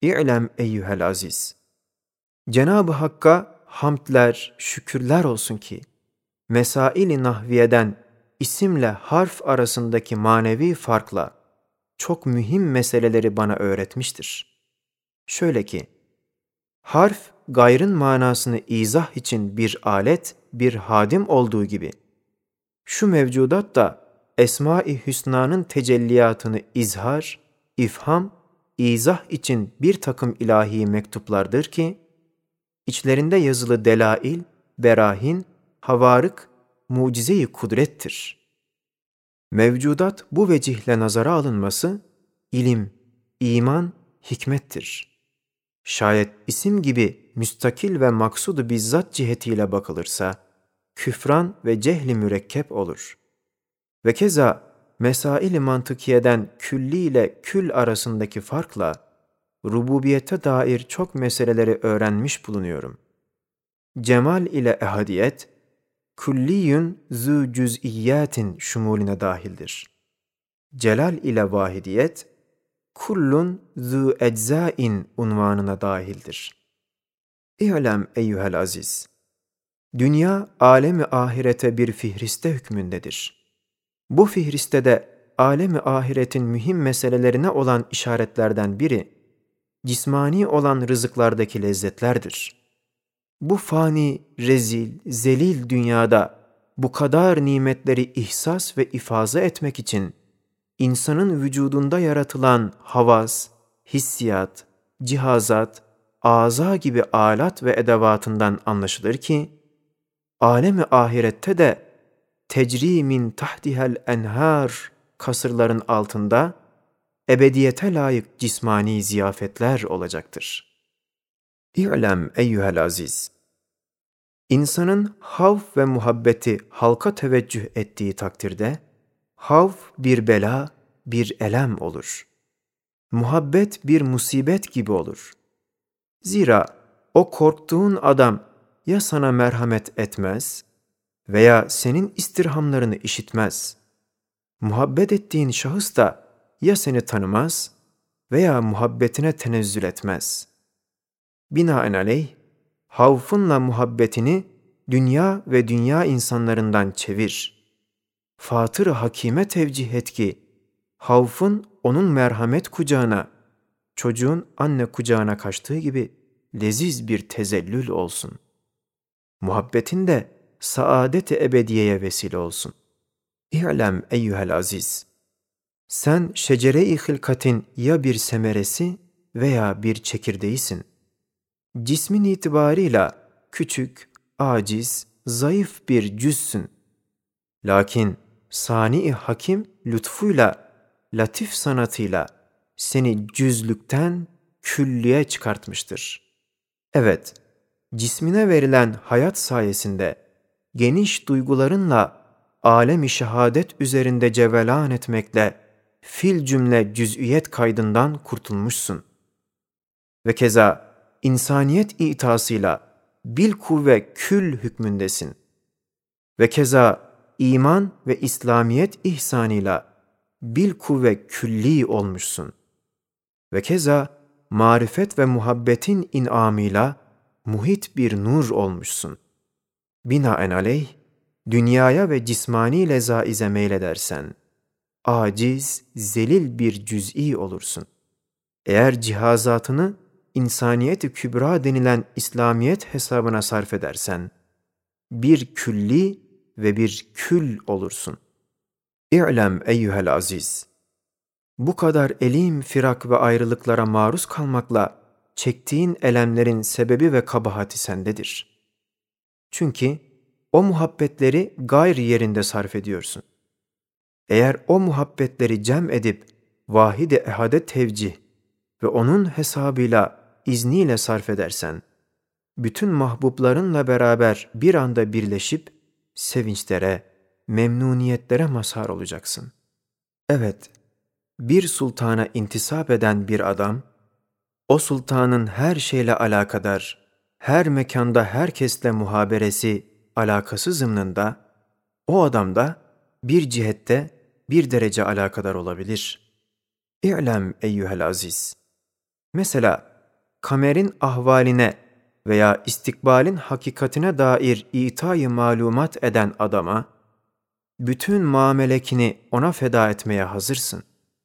İ'lem eyyuhel aziz. Cenab-ı Hakk'a hamdler, şükürler olsun ki, mesail-i nahviyeden isimle harf arasındaki manevi farkla çok mühim meseleleri bana öğretmiştir. Şöyle ki, harf gayrın manasını izah için bir alet, bir hadim olduğu gibi, şu mevcudat da Esma-i Hüsna'nın tecelliyatını izhar, ifham, izah için bir takım ilahi mektuplardır ki, içlerinde yazılı delail, berahin, havarık, mucize-i kudrettir. Mevcudat bu vecihle nazara alınması, ilim, iman, hikmettir. Şayet isim gibi müstakil ve maksudu bizzat cihetiyle bakılırsa, küfran ve cehli mürekkep olur. Ve keza mesail-i mantıkiyeden külli ile kül arasındaki farkla, rububiyete dair çok meseleleri öğrenmiş bulunuyorum. Cemal ile ehadiyet, kulliyün zü cüz'iyyatin şumulüne dahildir. Celal ile vahidiyet, kullun zü eczain unvanına dahildir. İ'lem eyyuhel aziz. Dünya, alemi ahirete bir fihriste hükmündedir. Bu fihristede alemi ahiretin mühim meselelerine olan işaretlerden biri, cismani olan rızıklardaki lezzetlerdir. Bu fani, rezil, zelil dünyada bu kadar nimetleri ihsas ve ifaza etmek için, insanın vücudunda yaratılan havas, hissiyat, cihazat, ağza gibi alat ve edevatından anlaşılır ki, alemi ahirette de tecri min tahtihel enhar kasırların altında ebediyete layık cismani ziyafetler olacaktır. İ'lem eyyuhel aziz. İnsanın havf ve muhabbeti halka teveccüh ettiği takdirde, havf bir bela, bir elem olur. Muhabbet bir musibet gibi olur. Zira o korktuğun adam ya sana merhamet etmez veya senin istirhamlarını işitmez. Muhabbet ettiğin şahıs da ya seni tanımaz veya muhabbetine tenezzül etmez. Binaenaleyh, havfınla muhabbetini dünya ve dünya insanlarından çevir. Fatır-ı hakime tevcih et ki, havfın onun merhamet kucağına, çocuğun anne kucağına kaçtığı gibi leziz bir tezellül olsun. Muhabbetin de saadet-i ebediyeye vesile olsun. İ'lem eyyuhel aziz. Sen şecere-i hilkatin ya bir semeresi veya bir çekirdeğisin. Cismin itibarıyla küçük, aciz, zayıf bir cüzsün. Lakin sani-i hakim lütfuyla, latif sanatıyla seni cüzlükten küllüye çıkartmıştır. Evet, cismine verilen hayat sayesinde geniş duygularınla alem-i şehadet üzerinde cevelan etmekle fil cümle cüz'iyet kaydından kurtulmuşsun. Ve keza insaniyet itasıyla bil kuvve kül hükmündesin. Ve keza iman ve İslamiyet ihsanıyla bil kuvve külli olmuşsun. Ve keza marifet ve muhabbetin inamıyla muhit bir nur olmuşsun. Binaenaleyh, dünyaya ve cismani lezaize meyledersen, aciz, zelil bir cüz'i olursun. Eğer cihazatını insaniyet-i kübra denilen İslamiyet hesabına sarf edersen, bir külli ve bir kül olursun. İ'lem eyyuhel aziz. Bu kadar elim, firak ve ayrılıklara maruz kalmakla çektiğin elemlerin sebebi ve kabahati sendedir. Çünkü o muhabbetleri gayr yerinde sarf ediyorsun. Eğer o muhabbetleri cem edip vahid-i ehade tevcih ve onun hesabıyla, izniyle sarf edersen, bütün mahbublarınla beraber bir anda birleşip sevinçlere, memnuniyetlere mazhar olacaksın. Evet, bir sultana intisap eden bir adam, o sultanın her şeyle alakadar, her mekanda herkesle muhaberesi, alakası zımnında, o adam da bir cihette bir derece alakadar olabilir. İ'lem eyyuhel aziz. Mesela kamerin ahvaline veya istikbalin hakikatine dair itayı malumat eden adama, bütün mamelekini ona feda etmeye hazırsın.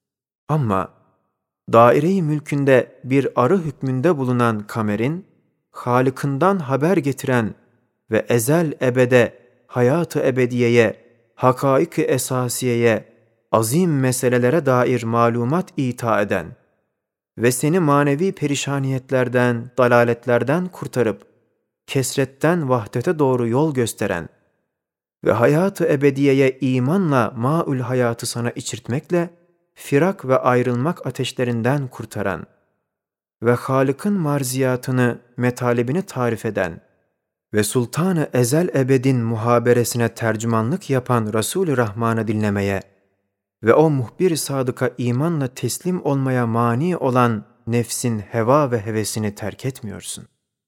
Ama daire-i mülkünde bir arı hükmünde bulunan kamerin, Halık'ından haber getiren ve ezel ebede, hayat-ı ebediyeye, hakaik-i esasiyeye, azim meselelere dair malumat ita eden ve seni manevi perişaniyetlerden, dalaletlerden kurtarıp, kesretten vahdete doğru yol gösteren ve hayat-ı ebediyeye imanla maül hayatı sana içirtmekle, firak ve ayrılmak ateşlerinden kurtaran ve Halık'ın marziyatını, metalibini tarif eden ve Sultan-ı Ezel Ebed'in muhaberesine tercümanlık yapan Resul-i Rahman'ı dinlemeye ve o muhbir-i sadıka imanla teslim olmaya mani olan nefsin heva ve hevesini terk etmiyorsun.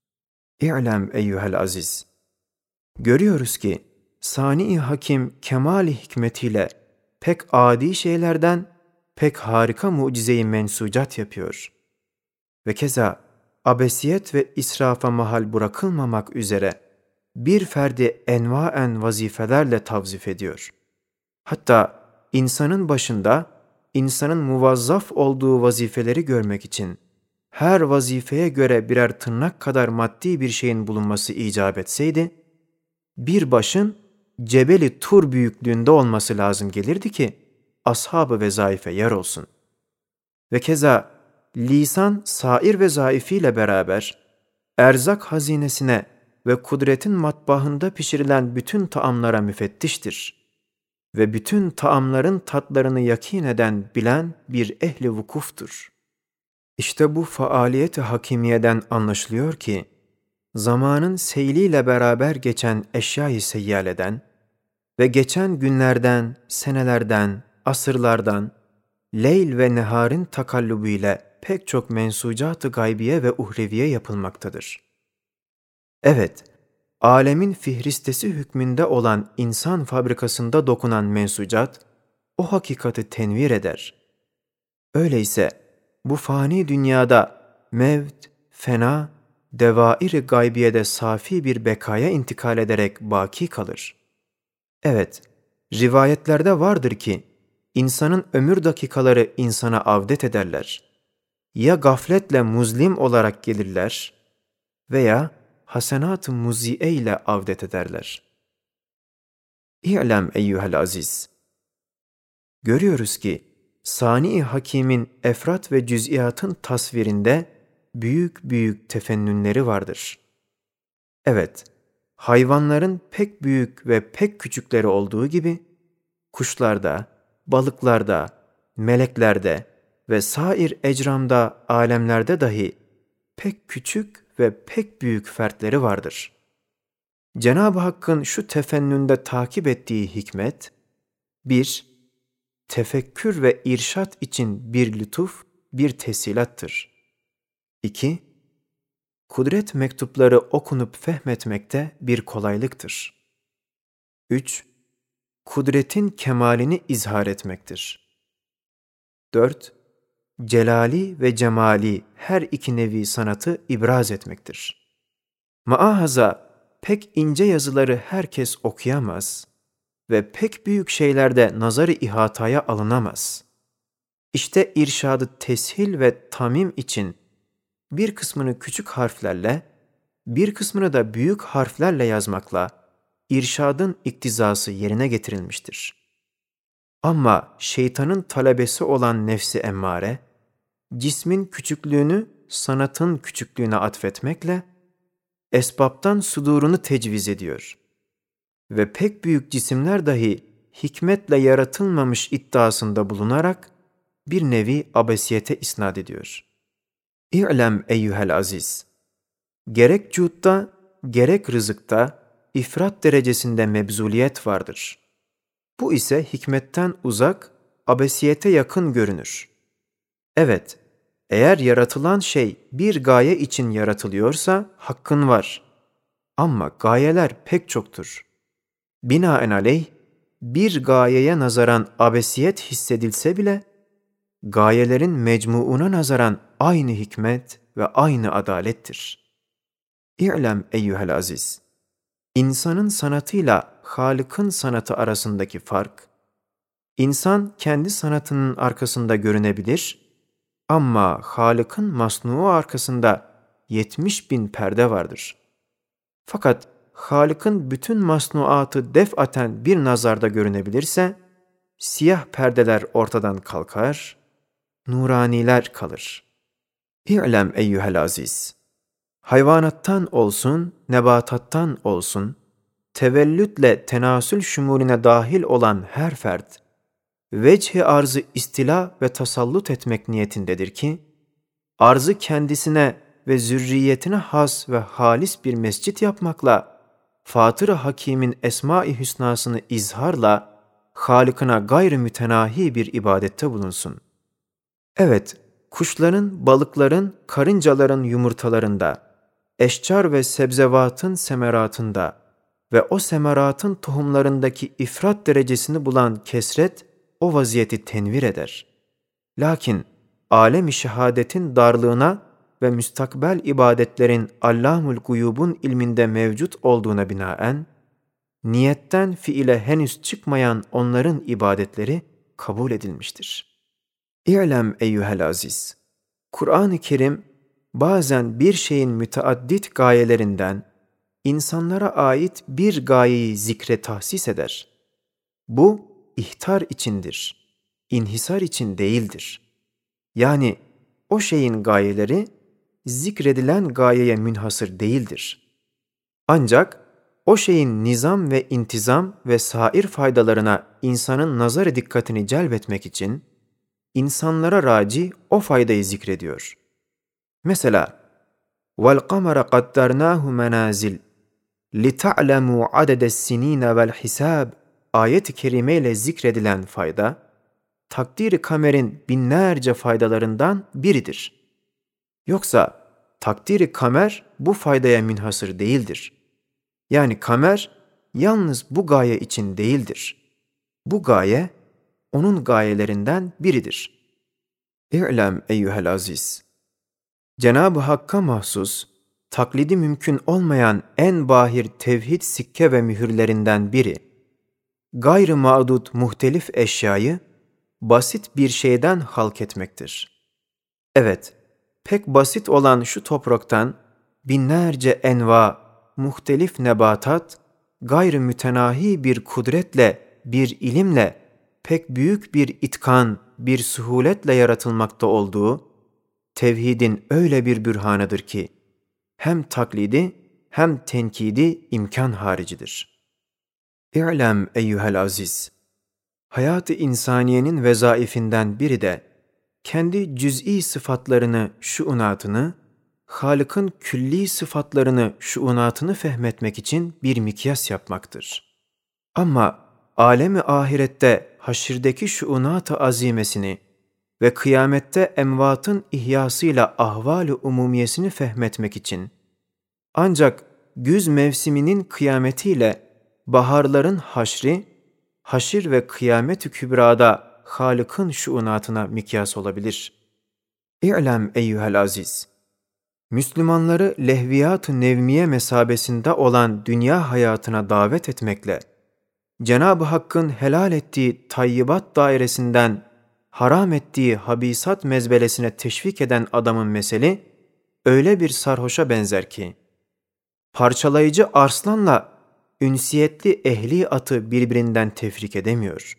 İ'lem eyyuhel aziz. Görüyoruz ki Sani-i Hakim kemali hikmetiyle pek adi şeylerden pek harika mucize-i mensucat yapıyor. Ve keza abesiyet ve israfa mahal bırakılmamak üzere bir ferdi envaen vazifelerle tavzif ediyor. Hatta insanın başında insanın muvazzaf olduğu vazifeleri görmek için her vazifeye göre birer tırnak kadar maddi bir şeyin bulunması icap etseydi, bir başın Cebeli Tur büyüklüğünde olması lazım gelirdi ki ashab-ı vezaife yer olsun. Ve keza lisan sair vezaifiyle beraber erzak hazinesine ve kudretin matbahında pişirilen bütün taamlara müfettiştir. Ve bütün taamların tatlarını yakin eden, bilen bir ehli vukuftur. İşte bu faaliyet-i hakimiyeden anlaşılıyor ki, zamanın seyliyle beraber geçen eşya-i seyyaleden ve geçen günlerden, senelerden, asırlardan, leyl ve neharın takallubuyla pek çok mensucat-ı gaybiye ve uhreviye yapılmaktadır. Evet, alemin fihristesi hükmünde olan insan fabrikasında dokunan mensucat, o hakikati tenvir eder. Öyleyse bu fani dünyada mevt, fena, devair-i gaybiyede safi bir bekaya intikal ederek baki kalır. Evet, rivayetlerde vardır ki, insanın ömür dakikaları insana avdet ederler. Ya gafletle muzlim olarak gelirler veya hasenat-ı muziye ile avdet ederler. İ'lem eyyuhel aziz. Görüyoruz ki, Sani-i Hakim'in efrat ve cüz'iyatın tasvirinde büyük büyük tefennünleri vardır. Evet, hayvanların pek büyük ve pek küçükleri olduğu gibi, kuşlarda, balıklarda, meleklerde ve sair ecramda, alemlerde dahi pek küçük ve pek büyük fertleri vardır. Cenab-ı Hakk'ın şu tefennünde takip ettiği hikmet, 1. Tefekkür ve irşat için bir lütuf, bir tesilattır. 2. Kudret mektupları okunup fehmetmekte bir kolaylıktır. 3. Kudretin kemalini izhar etmektir. 4. Celali ve cemali her iki nevi sanatı ibraz etmektir. Maahaza pek ince yazıları herkes okuyamaz ve pek büyük şeylerde nazar-ı ihataya alınamaz. İşte irşadı teshil ve tamim için bir kısmını küçük harflerle, bir kısmını da büyük harflerle yazmakla irşadın iktizası yerine getirilmiştir. Ama şeytanın talebesi olan nefsi emmare, cismin küçüklüğünü sanatın küçüklüğüne atfetmekle esbaptan sudurunu tecviz ediyor. Ve pek büyük cisimler dahi hikmetle yaratılmamış iddiasında bulunarak bir nevi abesiyete isnat ediyor. İ'lem eyyuhel aziz. Gerek cutta, gerek rızıkta ifrat derecesinde mebzuliyet vardır. Bu ise hikmetten uzak, abesiyete yakın görünür. Evet, eğer yaratılan şey bir gaye için yaratılıyorsa hakkın var. Ama gayeler pek çoktur. Binaenaleyh bir gayeye nazaran abesiyet hissedilse bile gayelerin mecmuuna nazaran aynı hikmet ve aynı adalettir. İ'lem eyyuhel aziz, insanın sanatıyla Halık'ın sanatı arasındaki fark, insan kendi sanatının arkasında görünebilir ama Halık'ın masnuu arkasında 70.000 perde vardır. Fakat Halık'ın bütün masnuatı defaten bir nazarda görünebilirse, siyah perdeler ortadan kalkar, nuraniler kalır. İ'lem eyyuhel aziz, hayvanattan olsun, nebatattan olsun, tevellütle tenasül şumulüne dahil olan her fert, vecih-i arzı istila ve tasallut etmek niyetindedir ki, arzı kendisine ve zürriyetine has ve halis bir mescit yapmakla, Fatır-ı Hakîm'in Esma-i Hüsnasını izharla, Halık'ına gayrı mütenahi bir ibadette bulunsun. Evet, kuşların, balıkların, karıncaların yumurtalarında, eşcar ve sebzevatın semeratında ve o semeratın tohumlarındaki ifrat derecesini bulan kesret, o vaziyeti tenvir eder. Lakin alem-i şehadetin darlığına ve müstakbel ibadetlerin Allâmul Guyub'un ilminde mevcut olduğuna binaen, niyetten fiile henüz çıkmayan onların ibadetleri kabul edilmiştir. İ'lem eyyuhel aziz, Kur'an-ı Kerim bazen bir şeyin müteaddit gayelerinden insanlara ait bir gayeyi zikre tahsis eder. Bu ihtar içindir, inhisar için değildir. Yani o şeyin gayeleri zikredilen gayeye münhasır değildir. Ancak o şeyin nizam ve intizam ve sair faydalarına insanın nazar dikkatini celbetmek için insanlara raci o faydayı zikrediyor. Mesela وَالْقَمَرَ قَدَّرْنَاهُ مَنَازِلْ لِتَعْلَمُوا عَدَدَ السِّن۪ينَ وَالْحِسَابِ ayet-i kerimeyle zikredilen fayda, takdir-i kamerin binlerce faydalarından biridir. Yoksa takdir-i kamer bu faydaya münhasır değildir. Yani kamer yalnız bu gaye için değildir. Bu gaye onun gayelerinden biridir. İ'lem eyyuhel aziz, Cenab-ı Hakk'a mahsus, taklidi mümkün olmayan en bahir tevhid sikke ve mühürlerinden biri, gayrı mağdut muhtelif eşyayı basit bir şeyden halk etmektir. Evet, pek basit olan şu topraktan binlerce enva, muhtelif nebatat, gayrı mütenahi bir kudretle, bir ilimle, pek büyük bir itkan, bir suhuletle yaratılmakta olduğu, tevhidin öyle bir bürhanıdır ki, hem taklidi hem tenkidi imkan haricidir. İ'lem eyyuhel aziz, hayat-ı insaniyenin vezaifinden biri de, kendi cüz'i sıfatlarını, şuunatını, Halık'ın külli sıfatlarını, şuunatını fehmetmek için bir mikyas yapmaktır. Ama alemi ahirette haşirdeki şuunat-ı azimesini ve kıyamette emvatın ihyasıyla ahval-ı umumiyesini fehmetmek için, ancak güz mevsiminin kıyametiyle baharların haşri, haşir ve kıyamet-ü kübrada Halık'ın şuunatına mikyas olabilir. İ'lem eyyuhel aziz, Müslümanları lehviyat-ı nevmiye mesabesinde olan dünya hayatına davet etmekle, Cenab-ı Hakk'ın helal ettiği tayyibat dairesinden haram ettiği habisat mezbelesine teşvik eden adamın meseli, öyle bir sarhoşa benzer ki, parçalayıcı arslanla ünsiyetli ehli atı birbirinden tefrik edemiyor.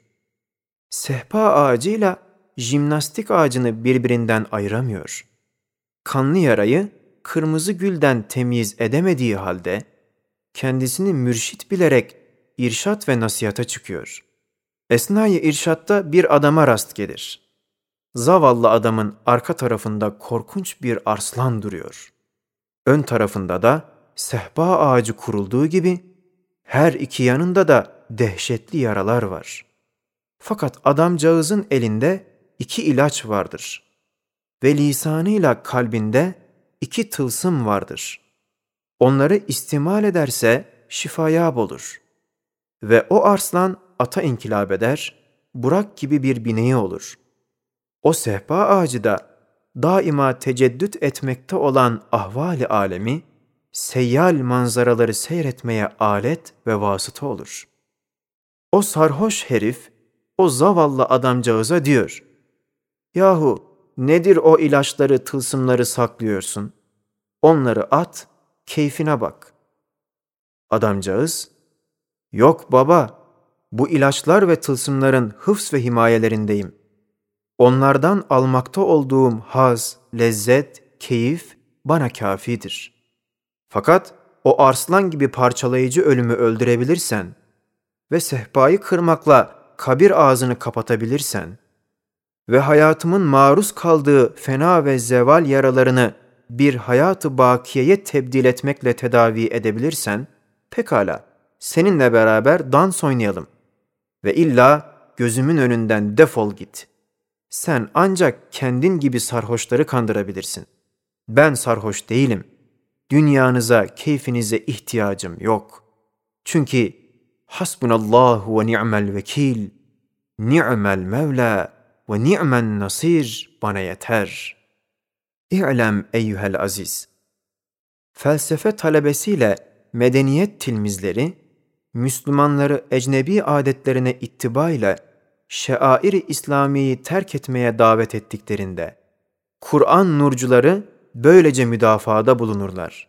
Sehpa ağacıyla jimnastik ağacını birbirinden ayıramıyor. Kanlı yarayı kırmızı gülden temyiz edemediği halde, kendisini mürşit bilerek irşat ve nasihata çıkıyor. Esnai irşatta bir adama rast gelir. Zavallı adamın arka tarafında korkunç bir arslan duruyor. Ön tarafında da sehpa ağacı kurulduğu gibi her iki yanında da dehşetli yaralar var. Fakat adamcağızın elinde 2 ilaç vardır ve lisanıyla kalbinde 2 tılsım vardır. Onları istimal ederse şifayab olur. Ve o arslan ata inkılap eder, Burak gibi bir bineği olur. O sehpa ağacı da daima teceddüt etmekte olan ahvali alemi, seyyal manzaraları seyretmeye alet ve vasıta olur. O sarhoş herif, o zavallı adamcağıza diyor, yahu nedir o ilaçları, tılsımları saklıyorsun? Onları at, keyfine bak. Adamcağız, yok baba, bu ilaçlar ve tılsımların hıfz ve himayelerindeyim. Onlardan almakta olduğum haz, lezzet, keyif bana kafidir. Fakat o arslan gibi parçalayıcı ölümü öldürebilirsen ve sehpayı kırmakla kabir ağzını kapatabilirsen ve hayatımın maruz kaldığı fena ve zeval yaralarını bir hayat-ı bakiyeye tebdil etmekle tedavi edebilirsen, pekala seninle beraber dans oynayalım ve illa gözümün önünden defol git. Sen ancak kendin gibi sarhoşları kandırabilirsin. Ben sarhoş değilim. Dünyanıza, keyfinize ihtiyacım yok. Çünkü hasbunallahu ve ni'mel vekil, ni'mel mevla ve ni'men nasir bana yeter. İ'lem eyyuhel aziz. Felsefe talebesiyle medeniyet tilmizleri, Müslümanları ecnebi adetlerine ittiba ile şeair-i İslami'yi terk etmeye davet ettiklerinde, Kur'an nurcuları böylece müdafaada bulunurlar.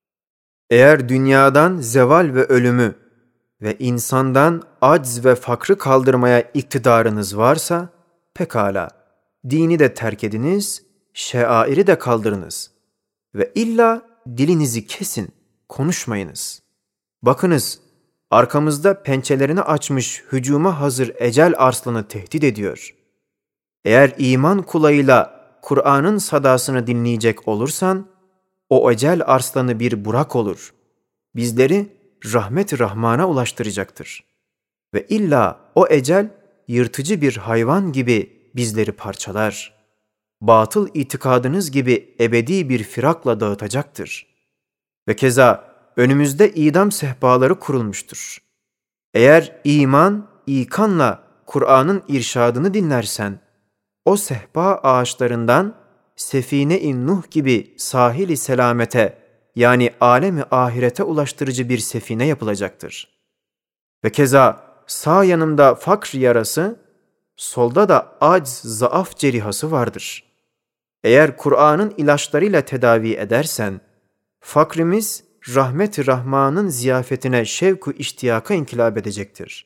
Eğer dünyadan zeval ve ölümü ve insandan acz ve fakrı kaldırmaya iktidarınız varsa, pekala, dini de terk ediniz, şeairi de kaldırınız ve illa dilinizi kesin, konuşmayınız. Bakınız, arkamızda pençelerini açmış hücuma hazır ecel arslanı tehdit ediyor. Eğer iman kulağıyla Kur'an'ın sadasını dinleyecek olursan, o ecel arslanı bir burak olur. Bizleri rahmet-i Rahman'a ulaştıracaktır. Ve illa o ecel yırtıcı bir hayvan gibi bizleri parçalar. Batıl itikadınız gibi ebedi bir firakla dağıtacaktır. Ve keza önümüzde idam sehpaları kurulmuştur. Eğer iman, ikanla Kur'an'ın irşadını dinlersen, o sehpa ağaçlarından Sefine-i Nuh gibi sahil-i selamete yani alemi ahirete ulaştırıcı bir sefine yapılacaktır. Ve keza sağ yanımda fakr yarası, solda da acz, zaaf cerihası vardır. Eğer Kur'an'ın ilaçlarıyla tedavi edersen, fakrimiz rahmet-i Rahman'ın ziyafetine şevk-u iştiyaka inkılap edecektir.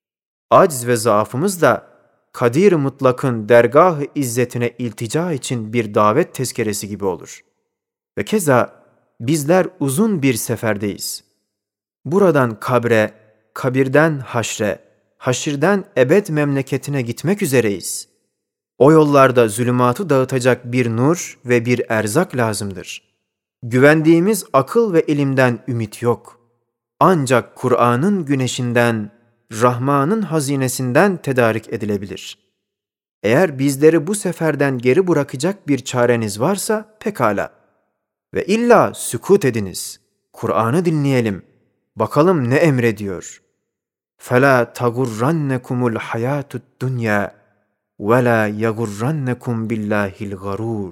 Acz ve zaafımız da Kadir-i Mutlak'ın dergah-ı izzetine iltica için bir davet tezkeresi gibi olur. Ve keza bizler uzun bir seferdeyiz. Buradan kabre, kabirden haşre, haşirden ebed memleketine gitmek üzereyiz. O yollarda zulümatı dağıtacak bir nur ve bir erzak lazımdır. Güvendiğimiz akıl ve ilimden ümit yok. Ancak Kur'an'ın güneşinden, Rahman'ın hazinesinden tedarik edilebilir. Eğer bizleri bu seferden geri bırakacak bir çareniz varsa pekala. Ve illa sükut ediniz. Kur'an'ı dinleyelim. Bakalım ne emrediyor. فَلَا تَغُرَّنَّكُمُ الْحَيَاةُ الدُّنْيَا وَلَا يَغُرَّنَّكُمْ بِاللّٰهِ الْغَرُورُ.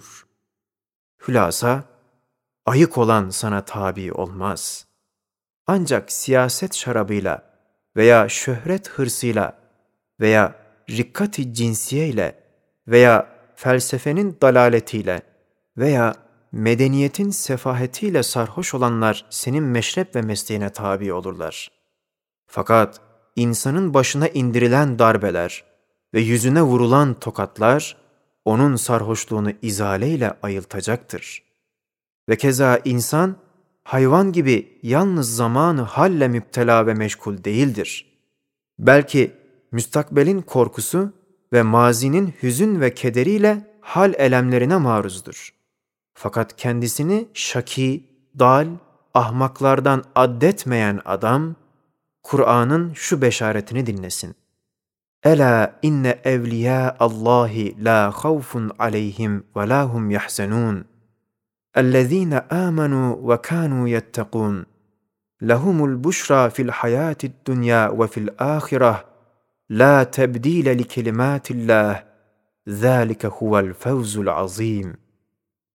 Hülasa, ayık olan sana tabi olmaz. Ancak siyaset şarabıyla veya şöhret hırsıyla veya rikkat-i cinsiyeyle veya felsefenin dalaletiyle veya medeniyetin sefahetiyle sarhoş olanlar senin meşrep ve mesleğine tabi olurlar. Fakat insanın başına indirilen darbeler ve yüzüne vurulan tokatlar onun sarhoşluğunu izaleyle ayıltacaktır. Ve keza insan hayvan gibi yalnız zamanı halle müptela ve meşgul değildir. Belki müstakbelin korkusu ve mazinin hüzün ve kederiyle hal elemlerine maruzdur. Fakat kendisini şaki, dal, ahmaklardan addetmeyen adam, Kur'an'ın şu beşaretini dinlesin. Ela inne evliya Allahi la khawfun aleyhim ve la hum yahzanun. Ellezine amanu ve kanu yettekun. Lehumul buşra fil hayatid dunya ve fil ahireh. La tebdile li kelimatillah. ذَٰلِكَ هُوَ الْفَوْزُ الْعَظِيمُ.